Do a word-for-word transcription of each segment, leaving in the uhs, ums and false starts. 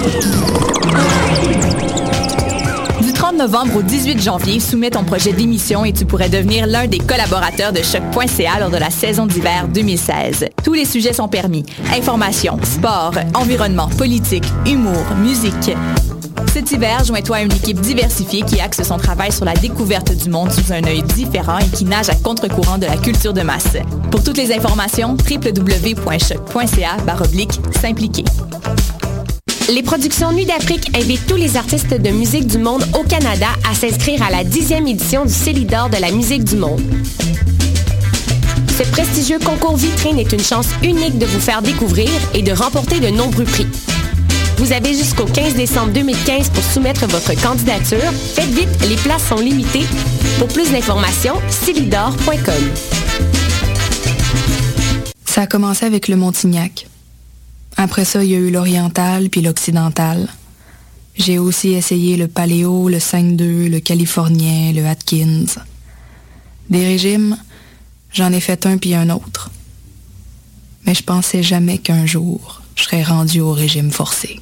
Du trente novembre au dix-huit janvier, soumets ton projet d'émission et tu pourrais devenir l'un des collaborateurs de choc point c a lors de la saison d'hiver deux mille seize. Tous les sujets sont permis. Information, sport, environnement, politique, humour, musique. Cet hiver, joins-toi à une équipe diversifiée qui axe son travail sur la découverte du monde sous un œil différent et qui nage à contre-courant de la culture de masse. Pour toutes les informations, w w w point choc point c a barre oblique s'impliquer. Les productions Nuit d'Afrique invitent tous les artistes de musique du monde au Canada à s'inscrire à la dixième édition du Célidor de la musique du monde. Ce prestigieux concours vitrine est une chance unique de vous faire découvrir et de remporter de nombreux prix. Vous avez jusqu'au quinze décembre deux mille quinze pour soumettre votre candidature. Faites vite, les places sont limitées. Pour plus d'informations, célidor point com. Ça a commencé avec le Montignac. Après ça, il y a eu l'oriental puis l'occidental. J'ai aussi essayé le paléo, le cinq deux, le californien, le Atkins. Des régimes, j'en ai fait un puis un autre. Mais je pensais jamais qu'un jour, je serais rendu au régime forcé.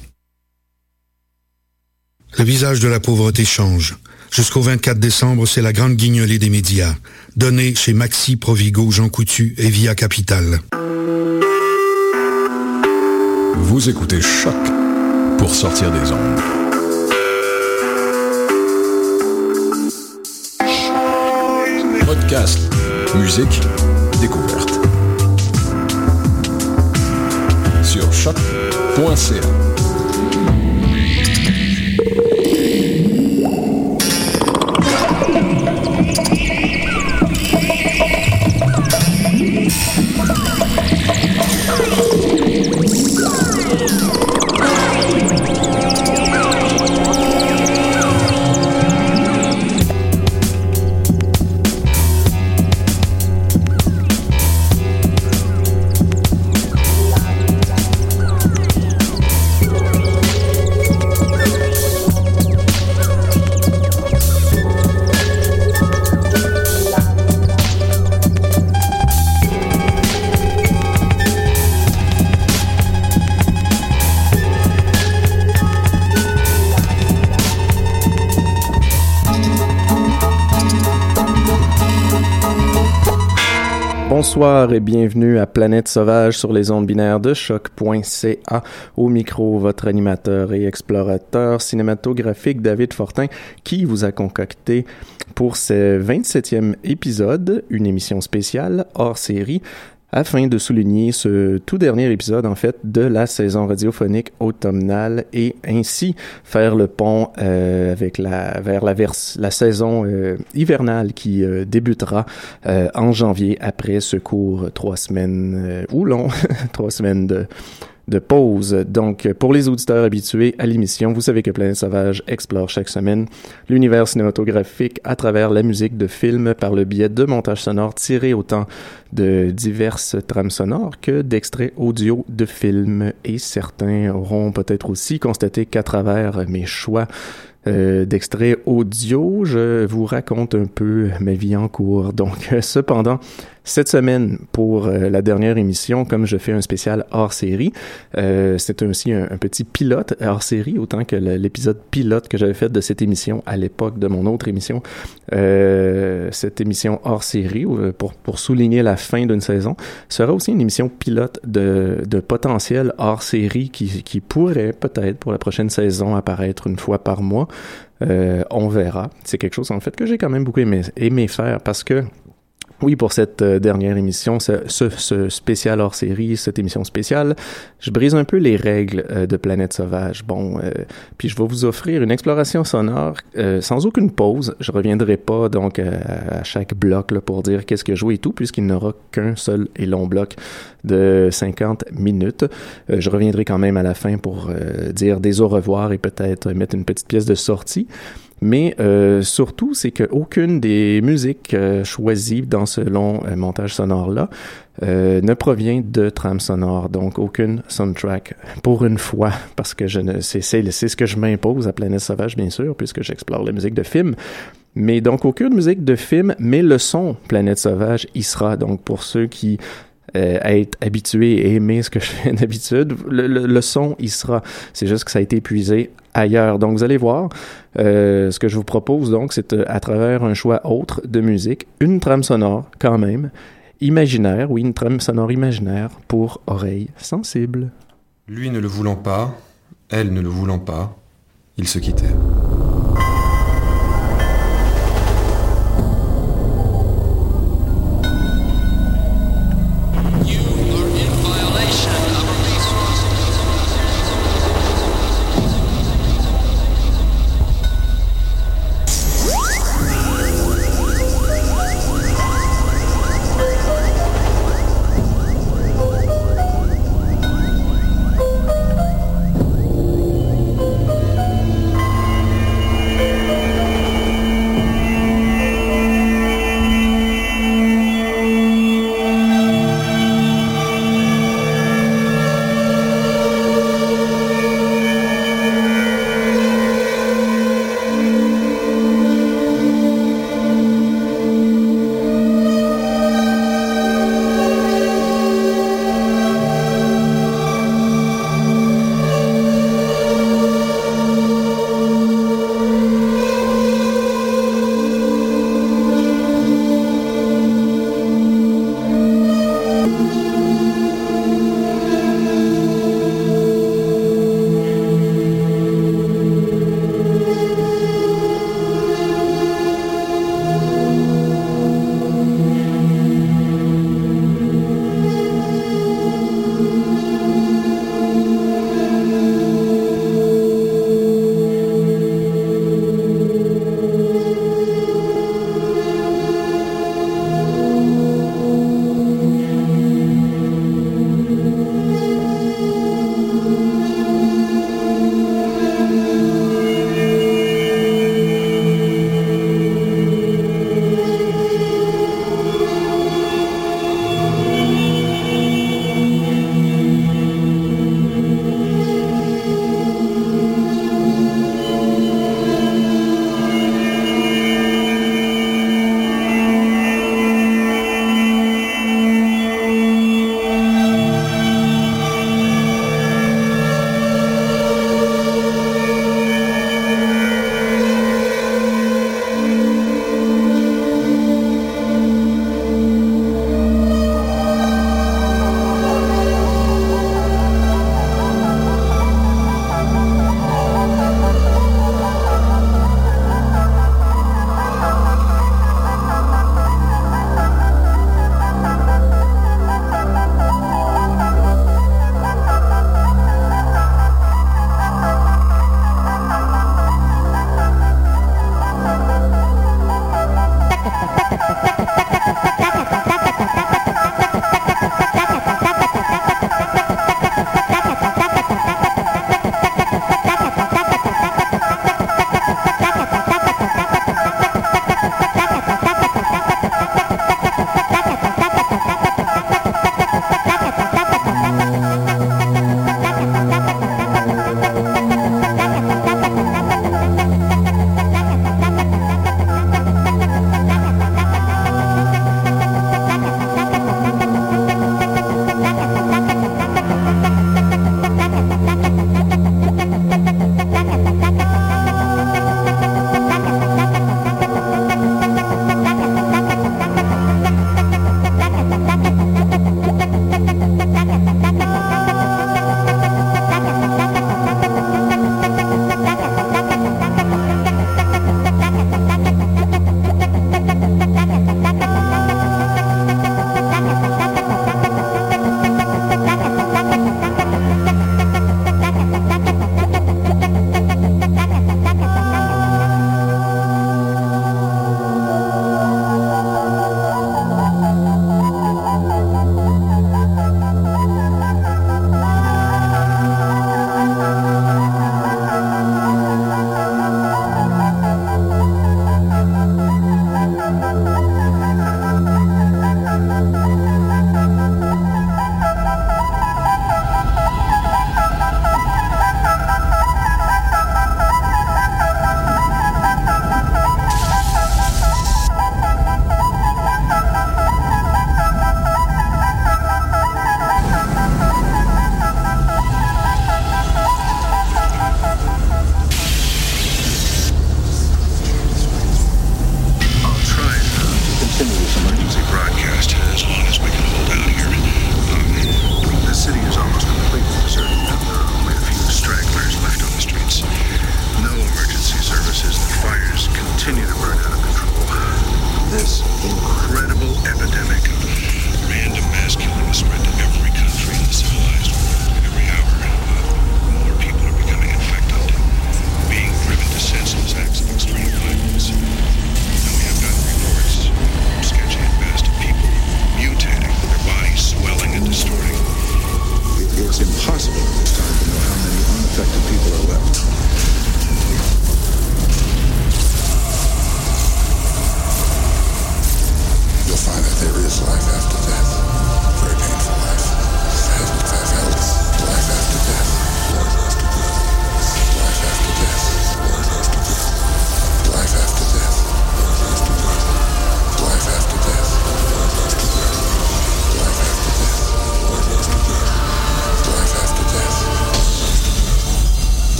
Le visage de la pauvreté change. Jusqu'au vingt-quatre décembre, c'est la grande guignolée des médias. Donnée chez Maxi, Provigo, Jean Coutu et Via Capital. Vous écoutez Choc pour sortir des ondes. Podcast, musique, découverte. Sur choc point c a. Bonsoir et bienvenue à Planète Sauvage sur les ondes binaires de choc point c a. Au micro, votre animateur et explorateur cinématographique David Fortin qui vous a concocté pour ce vingt-septième épisode une émission spéciale hors série afin de souligner ce tout dernier épisode, en fait, de la saison radiophonique automnale et ainsi faire le pont euh, avec la, vers la, vers, la saison euh, hivernale qui euh, débutera euh, en janvier après ce court trois semaines, euh, ou long, trois semaines de de pause. Donc, pour les auditeurs habitués à l'émission, vous savez que Planète Sauvage explore chaque semaine l'univers cinématographique à travers la musique de films par le biais de montages sonores tirés autant de diverses trames sonores que d'extraits audio de films. Et certains auront peut-être aussi constaté qu'à travers mes choix Euh, d'extraits audio, je vous raconte un peu ma vie en cours. Donc, euh, cependant, cette semaine, pour euh, la dernière émission, comme je fais un spécial hors-série, euh, c'est aussi un, un petit pilote hors-série, autant que le, l'épisode pilote que j'avais fait de cette émission à l'époque de mon autre émission. Euh, cette émission hors-série, pour, pour souligner la fin d'une saison, sera aussi une émission pilote de, de potentiel hors-série qui, qui pourrait peut-être pour la prochaine saison apparaître une fois par mois. Euh, on verra. C'est quelque chose en fait que j'ai quand même beaucoup aimé, aimé faire parce que oui, pour cette euh, dernière émission, ce, ce, ce spécial hors-série, cette émission spéciale, je brise un peu les règles euh, de Planète Sauvage. Bon, euh, puis je vais vous offrir une exploration sonore euh, sans aucune pause. Je reviendrai pas donc euh, à chaque bloc là, pour dire qu'est-ce que je joue et tout, puisqu'il n'aura qu'un seul et long bloc de cinquante minutes. Euh, je reviendrai quand même à la fin pour euh, dire des au revoir et peut-être mettre une petite pièce de sortie. Mais euh, surtout, c'est qu'aucune des musiques euh, choisies dans ce long euh, montage sonore-là euh, ne provient de trame sonore, donc aucune soundtrack pour une fois, parce que je ne c'est, c'est, c'est ce que je m'impose à Planète Sauvage, bien sûr, puisque j'explore la musique de film. Mais donc aucune musique de film, mais le son Planète Sauvage y sera. Donc pour ceux qui euh, être habitué et aimer ce que je fais d'habitude. Le, le, le son, il sera. C'est juste que ça a été épuisé ailleurs. Donc, vous allez voir, euh, ce que je vous propose, donc, c'est euh, à travers un choix autre de musique, une trame sonore, quand même, imaginaire, oui, une trame sonore imaginaire pour oreilles sensibles. Lui ne le voulant pas, elle ne le voulant pas, ils se quittèrent.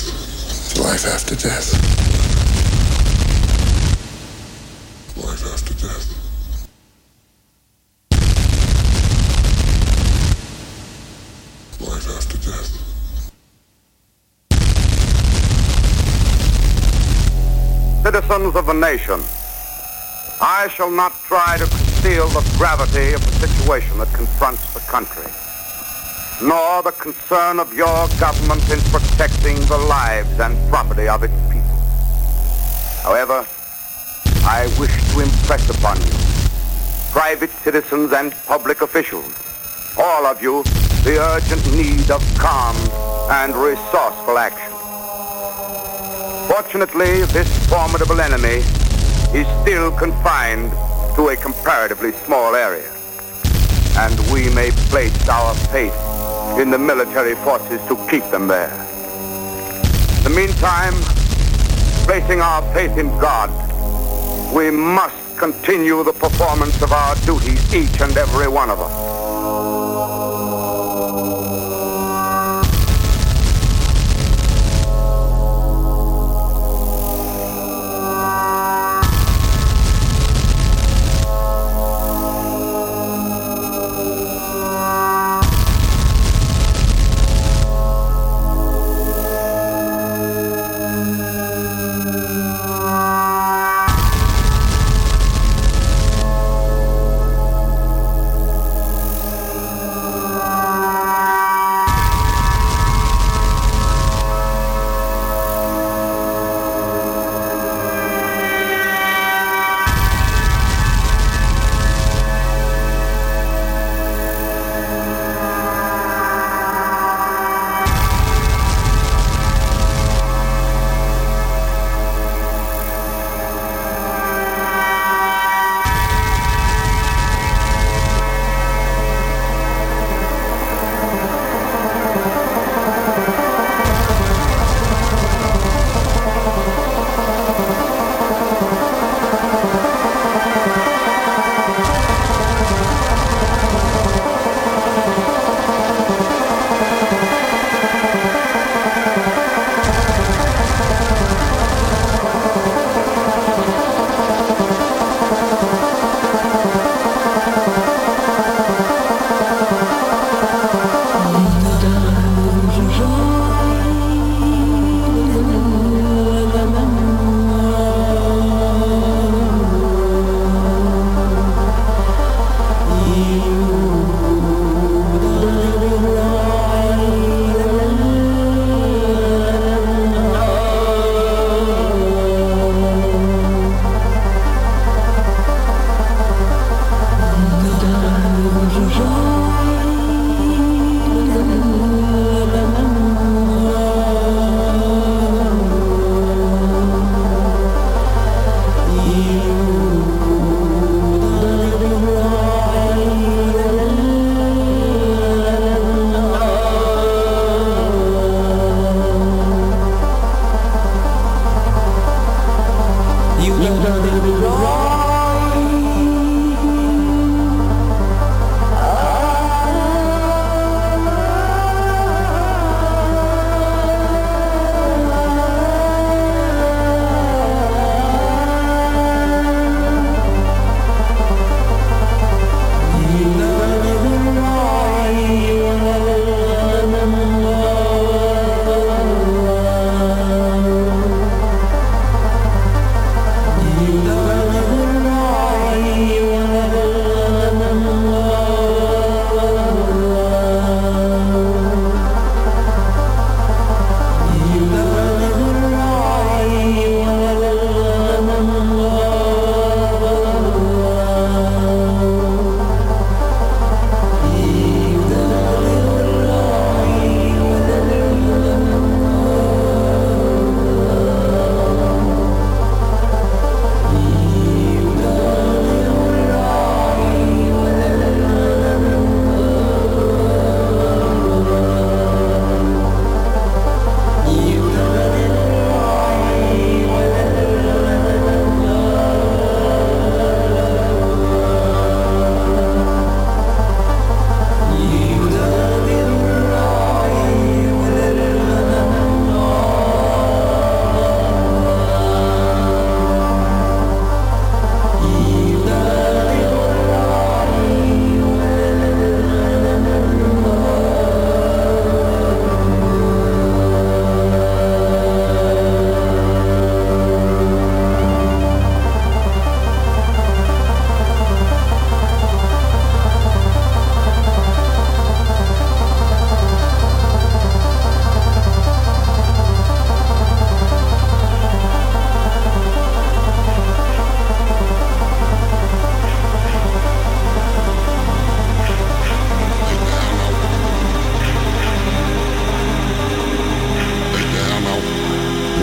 death. Life after death. Life after death. Life after death. Citizens of the nation, I shall not try to conceal the gravity of the situation that confronts the country, nor the concern of your government in protecting the lives and property of its people. However, I wish to impress upon you, private citizens and public officials, all of you, the urgent need of calm and resourceful action. Fortunately, this formidable enemy is still confined to a comparatively small area, and we may place our faith in the military forces to keep them there. In the meantime, placing our faith in God, we must continue the performance of our duties, each and every one of us.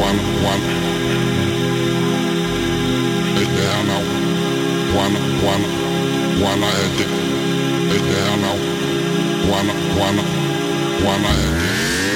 one, one. Is there now? One, one, one ahead. Is there now? One, one, one ahead.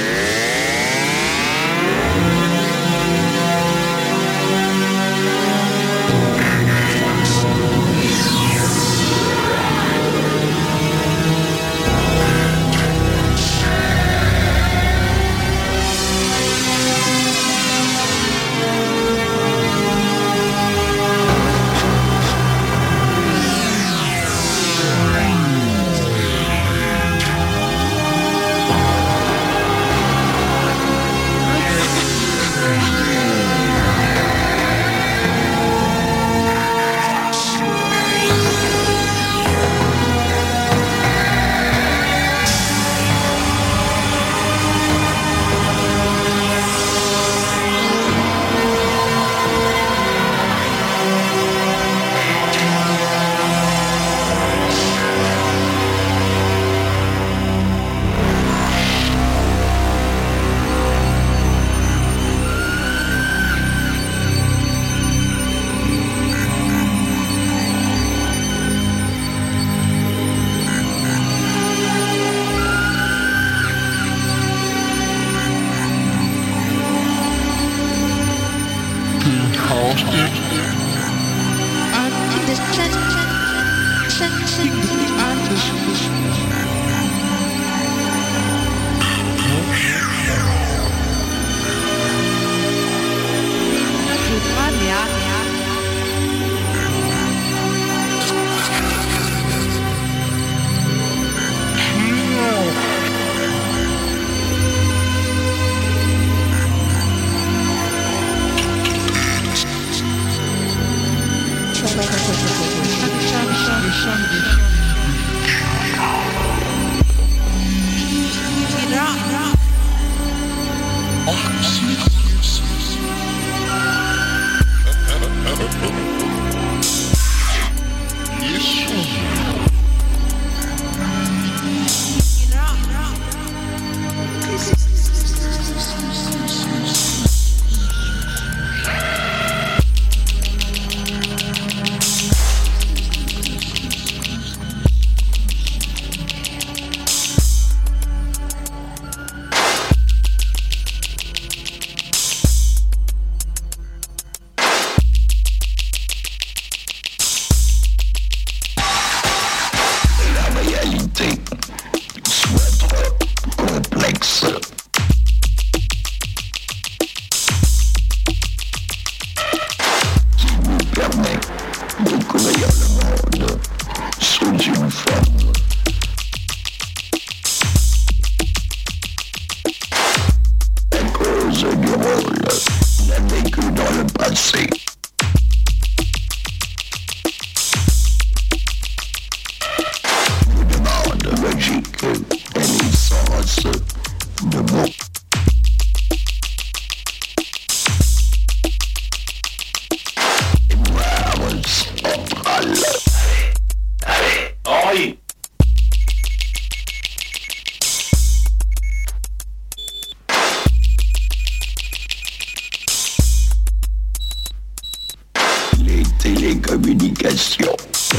Télécommunications,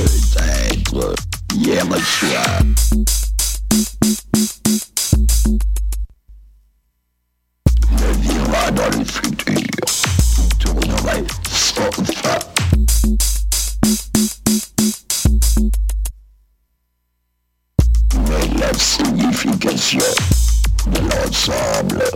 peut-être hier soir. Naviguera dans le futur, qui tournerait sans fin. Mais la signification de l'ensemble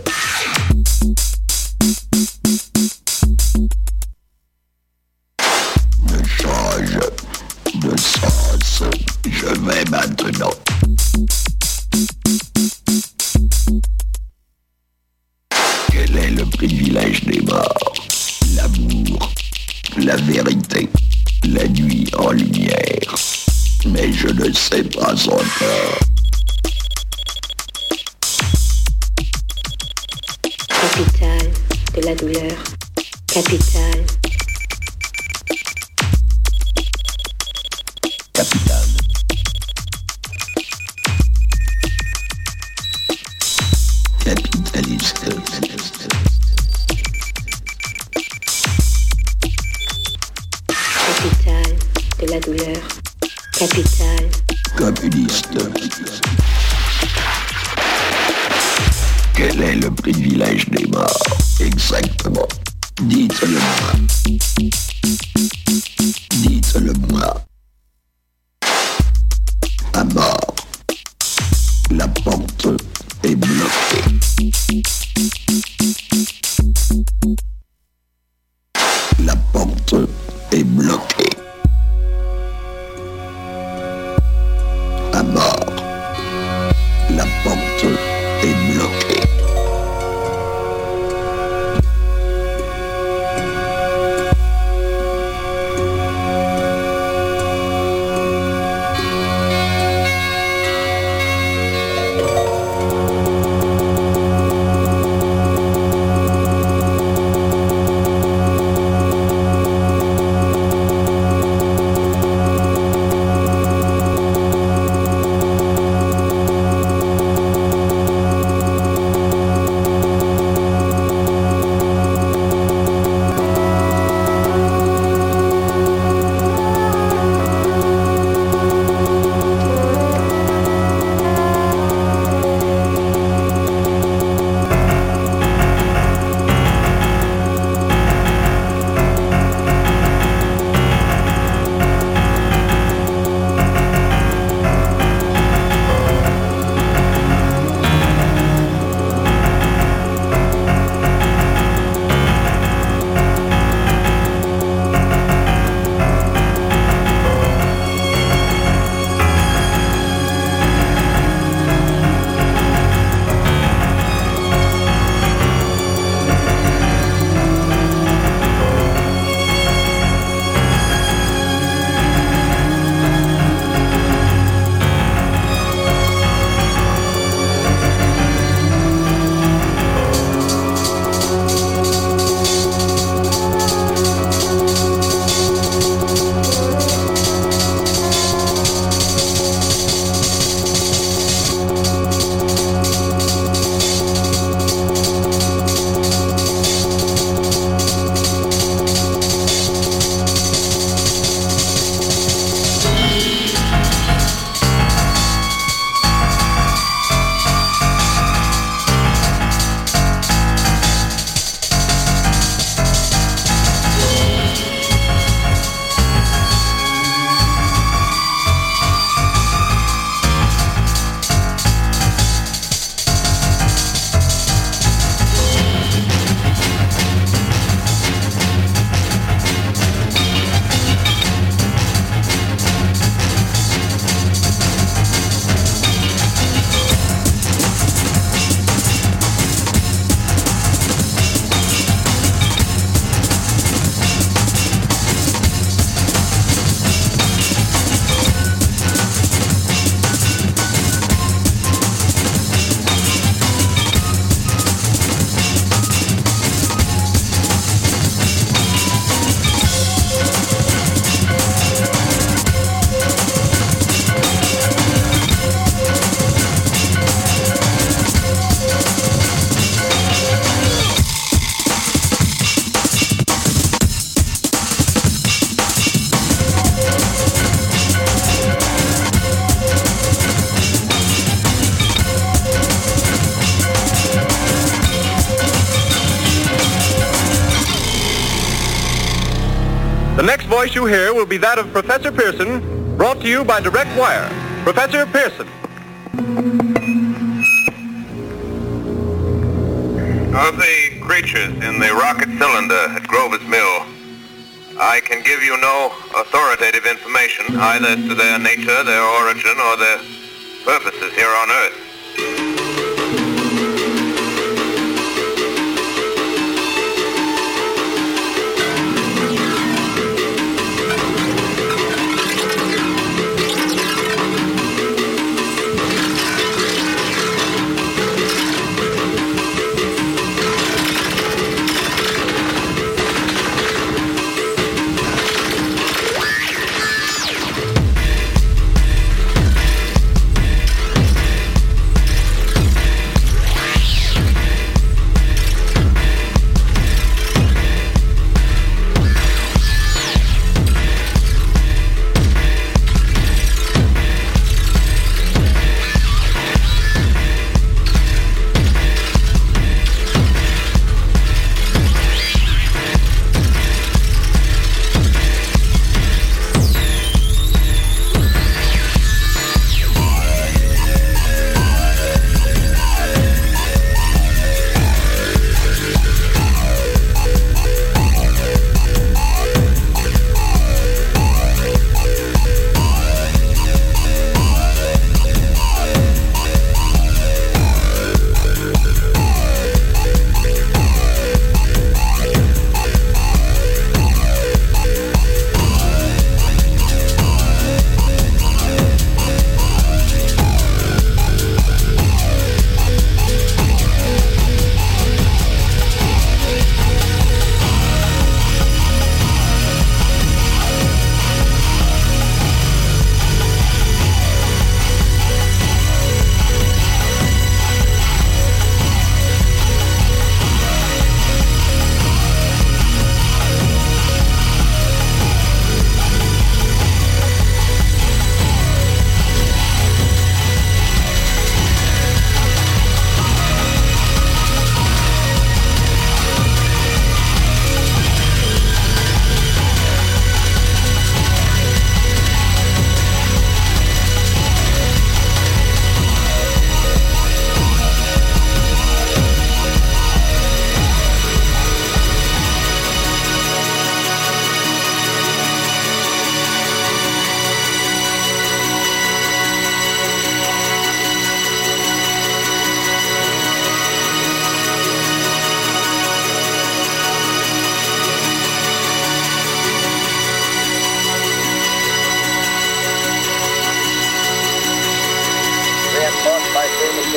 change de sens. Je vais maintenant. Quel est le privilège des morts? L'amour, la vérité, la nuit en lumière. Mais je ne sais pas encore. Capitale de la douleur. Capitale. Capitale. Capitaliste. la douleur. Capitale. Communiste. Quel est le privilège des morts? Exactement. Dites-le-moi. Dites-le-moi. À mort. La porte est bloquée. La porte est bloquée. À mort. La porte est bloquée. The next voice you hear will be that of Professor Pearson, brought to you by Direct Wire. Professor Pearson. Of the creatures in the rocket cylinder at Grover's Mill, I can give you no authoritative information either as to their nature, their origin, or their purposes here on Earth.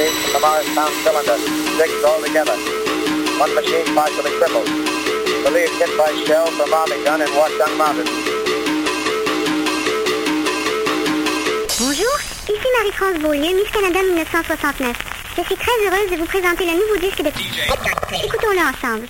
released from the Morristown cylinder. Six altogether. One machine partially crippled. Believed hit by shell from Army gun in Watchung Mountain. Bonjour, ici Marie-France Beaulieu, Miss Canada mille neuf cent soixante-neuf. Je suis très heureuse de vous présenter le nouveau disque de... Écoutons-le ensemble.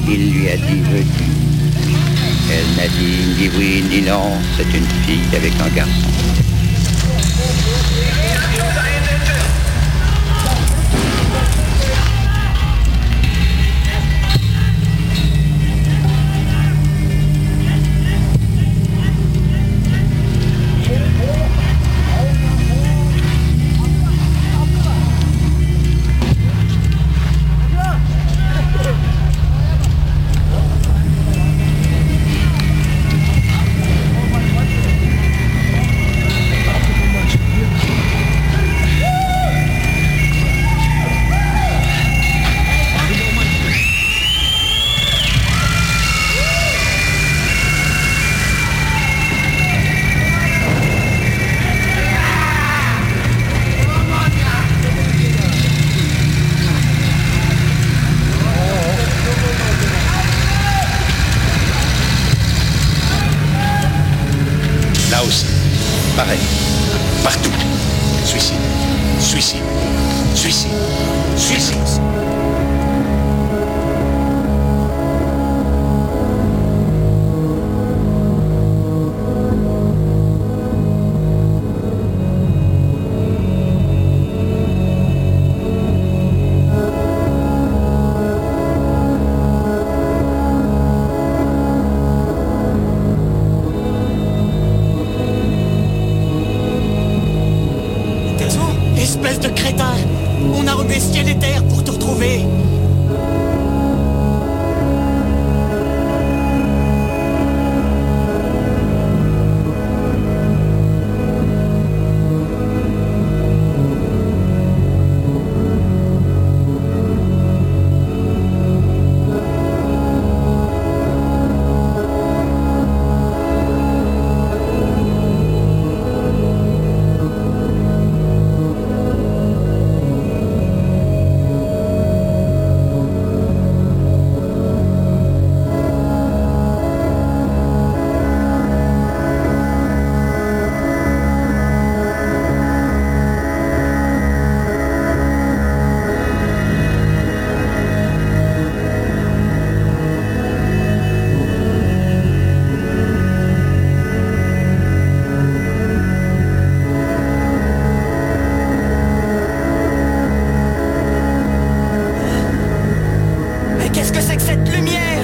Il lui a dit veux-tu. Elle n'a dit ni oui ni non, c'est une fille avec un garçon. Pareil. Partout. Suicide. Suicide. Suicide. Suicide. Espèce de crétin! On a rôdé ciel et terre pour te retrouver! Qu'est-ce que c'est que cette lumière?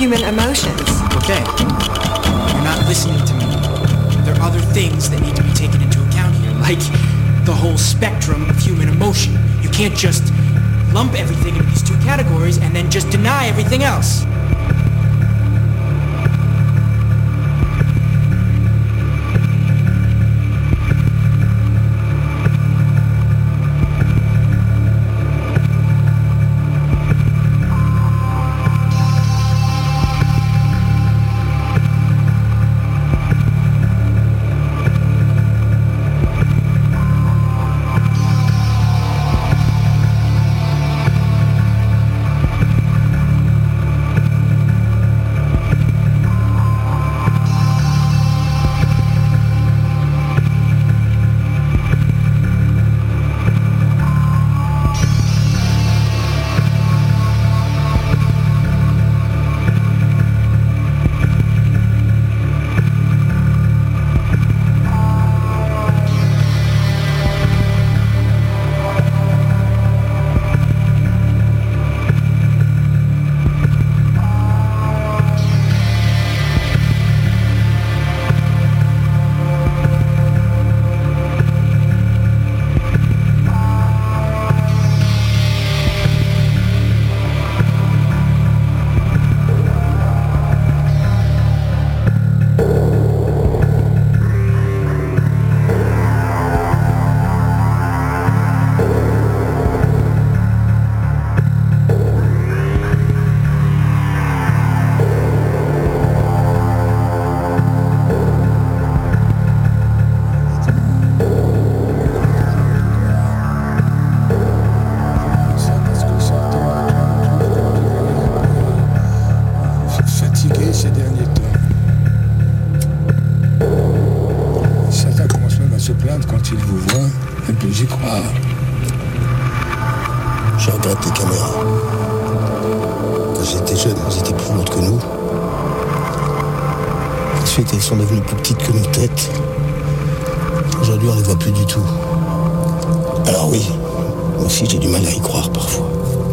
human emotions. Okay. You're not listening to me. There are other things that need to be taken into account here, like the whole spectrum of human emotion. You can't just lump everything into these two categories and then just deny everything else. Je regrette les caméras. Quand j'étais jeune, elles étaient plus lourdes que nous. Ensuite, elles sont devenues plus petites que nos têtes. Aujourd'hui, on ne les voit plus du tout. Alors oui, moi aussi j'ai du mal à y croire parfois.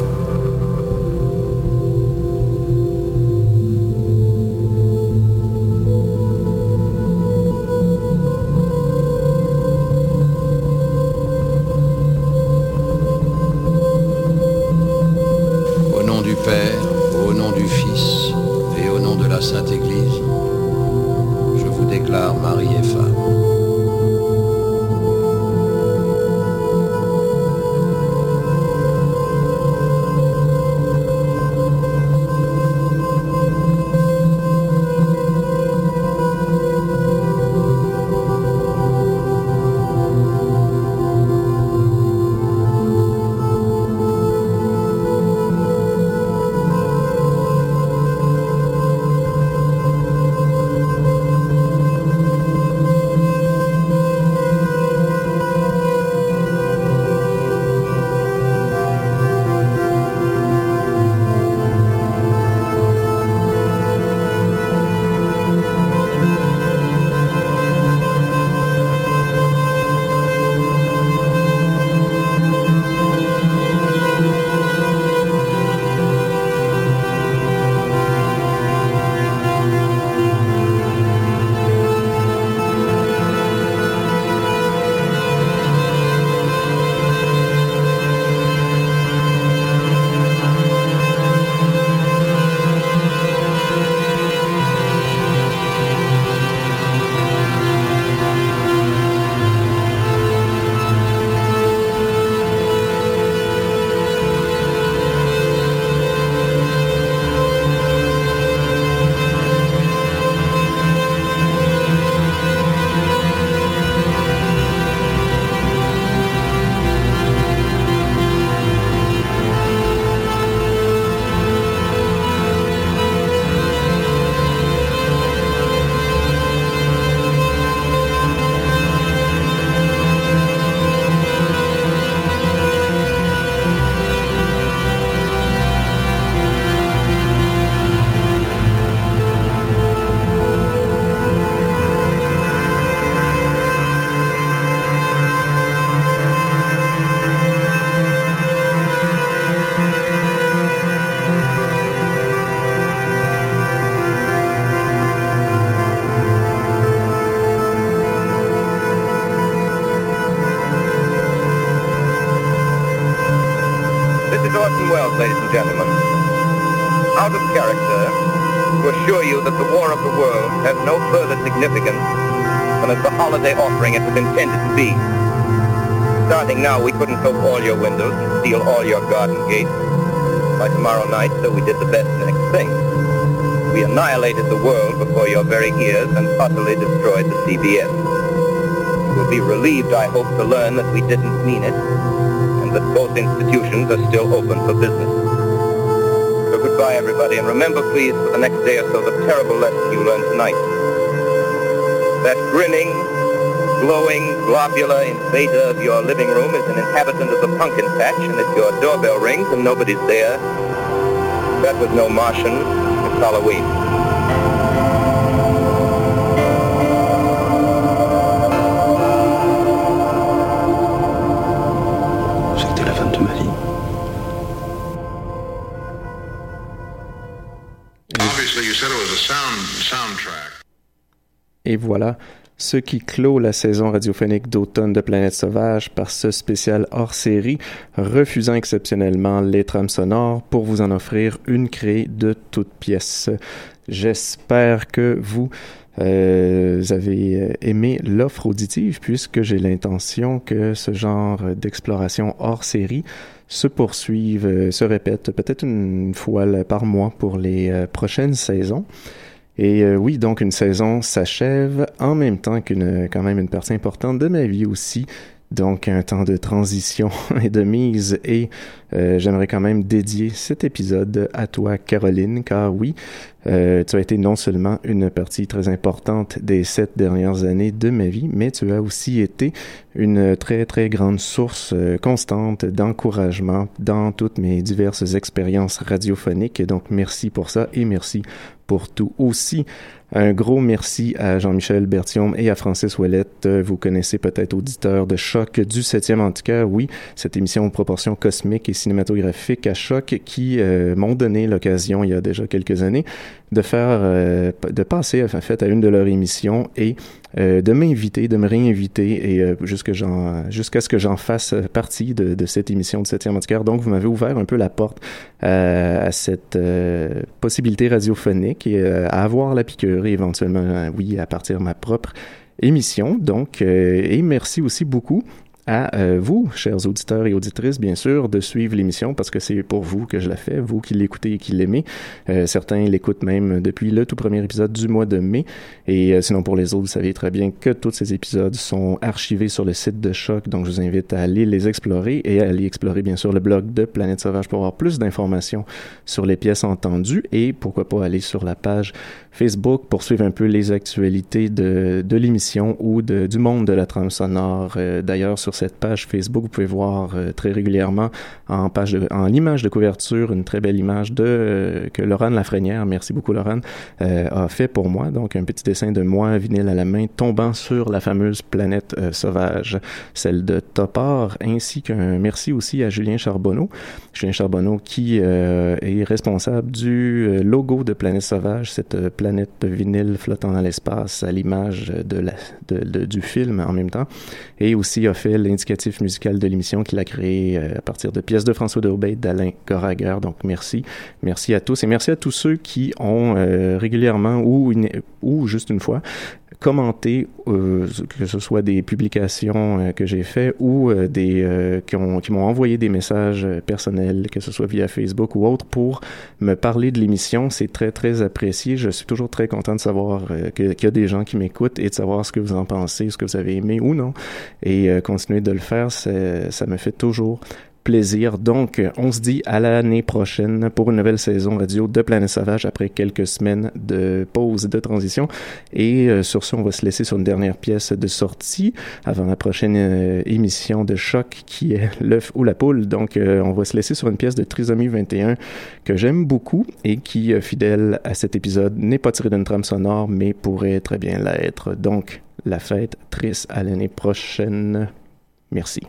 Au nom du Père, au nom du Fils et au nom de la Sainte Église, je vous déclare mari et femme. yourselves, ladies and gentlemen. Out of character, to assure you that the War of the World has no further significance than as the holiday offering it was intended to be. Starting now, we couldn't soak all your windows and steal all your garden gates. By tomorrow night, so we did the best next thing. We annihilated the world before your very ears and utterly destroyed the C B S. You will be relieved, I hope, to learn that we didn't mean it, and that both institutions are still open for business. So goodbye, everybody, and remember, please, for the next day or so, the terrible lesson you learned tonight. That grinning, glowing, globular invader of your living room is an inhabitant of the pumpkin patch, and if your doorbell rings and nobody's there, that was no Martian, it's Halloween. C'était la fin de ma vie. Obviously, you said it was a sound soundtrack. Et voilà ce qui clôt la saison radiophonique d'automne de Planète Sauvage par ce spécial hors-série, refusant exceptionnellement les trames sonores pour vous en offrir une créée de toutes pièces. J'espère que vous euh, avez aimé l'offre auditive, puisque j'ai l'intention que ce genre d'exploration hors-série se poursuive, euh, se répète peut-être une fois par mois pour les euh, prochaines saisons. Et euh, oui, donc une saison s'achève en même temps qu'une quand même une partie importante de ma vie aussi. Donc un temps de transition et de mise, et euh, j'aimerais quand même dédier cet épisode à toi, Caroline, car oui, euh, tu as été non seulement une partie très importante des sept dernières années de ma vie, mais tu as aussi été une très très grande source euh, constante d'encouragement dans toutes mes diverses expériences radiophoniques. Et donc merci pour ça, et merci pour tout aussi. Un gros merci à Jean-Michel Berthiaume et à Francis Ouellette. Vous connaissez peut-être auditeurs de Choc du septième Antiquaire. Oui, cette émission aux proportions cosmiques et cinématographiques à Choc qui euh, m'ont donné l'occasion, il y a déjà quelques années, de faire, euh, de passer en fait à une de leurs émissions et euh, de m'inviter, de me réinviter, et euh, jusqu'à, j'en, jusqu'à ce que j'en fasse partie de, de cette émission du septième Antiquaire. Donc, vous m'avez ouvert un peu la porte euh, à cette euh, possibilité radiophonique et euh, à avoir la piqûre, et éventuellement, euh, oui, à partir de ma propre émission. Donc, euh, et merci aussi beaucoup à euh, vous, chers auditeurs et auditrices, bien sûr, de suivre l'émission, parce que c'est pour vous que je la fais, vous qui l'écoutez et qui l'aimez. Euh, certains l'écoutent même depuis le tout premier épisode du mois de mai. Et euh, sinon, pour les autres, vous savez très bien que tous ces épisodes sont archivés sur le site de Choc, donc je vous invite à aller les explorer et à aller explorer, bien sûr, le blog de Planète Sauvage pour avoir plus d'informations sur les pièces entendues, et pourquoi pas aller sur la page Facebook pour suivre un peu les actualités de, de l'émission ou de, du monde de la trame sonore. Euh, d'ailleurs, sur cette page Facebook, vous pouvez voir euh, très régulièrement en page de, en image de couverture une très belle image de euh, que Laurent Lafrenière, merci beaucoup Laurent, euh, a fait pour moi. Donc un petit dessin de moi, vinyle à la main, tombant sur la fameuse planète euh, sauvage, celle de Topar, ainsi qu'un merci aussi à Julien Charbonneau. Julien Charbonneau qui euh, est responsable du euh, logo de Planète Sauvage, cette euh, planète de vinyle flottant dans l'espace à l'image de la, de, de, du film en même temps, et aussi a fait l'indicatif musical de l'émission qu'il a créé euh, à partir de pièces de François Durbet, d'Alain Goraguer. Donc merci, merci à tous, et merci à tous ceux qui ont euh, régulièrement ou, une, ou juste une fois commenté, euh, que ce soit des publications euh, que j'ai fait ou euh, des euh, qui, ont, qui m'ont envoyé des messages euh, personnels, que ce soit via Facebook ou autre, pour me parler de l'émission. C'est très très apprécié. Je suis toujours très content de savoir euh, que, qu'il y a des gens qui m'écoutent et de savoir ce que vous en pensez, ce que vous avez aimé ou non, et euh, continuer de le faire, c'est, ça me fait toujours plaisir. Donc, on se dit à l'année prochaine pour une nouvelle saison radio de Planète Sauvage après quelques semaines de pause, de transition. Et euh, sur ce, on va se laisser sur une dernière pièce de sortie avant la prochaine euh, émission de Choc qui est l'œuf ou la poule. Donc, euh, on va se laisser sur une pièce de Trisomie vingt et un que j'aime beaucoup et qui, euh, fidèle à cet épisode, n'est pas tirée d'une trame sonore, mais pourrait très bien l'être. Donc, la fête triste à l'année prochaine. Merci.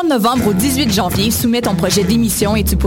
trente novembre au dix-huit janvier, soumets ton projet d'émission et tu pourras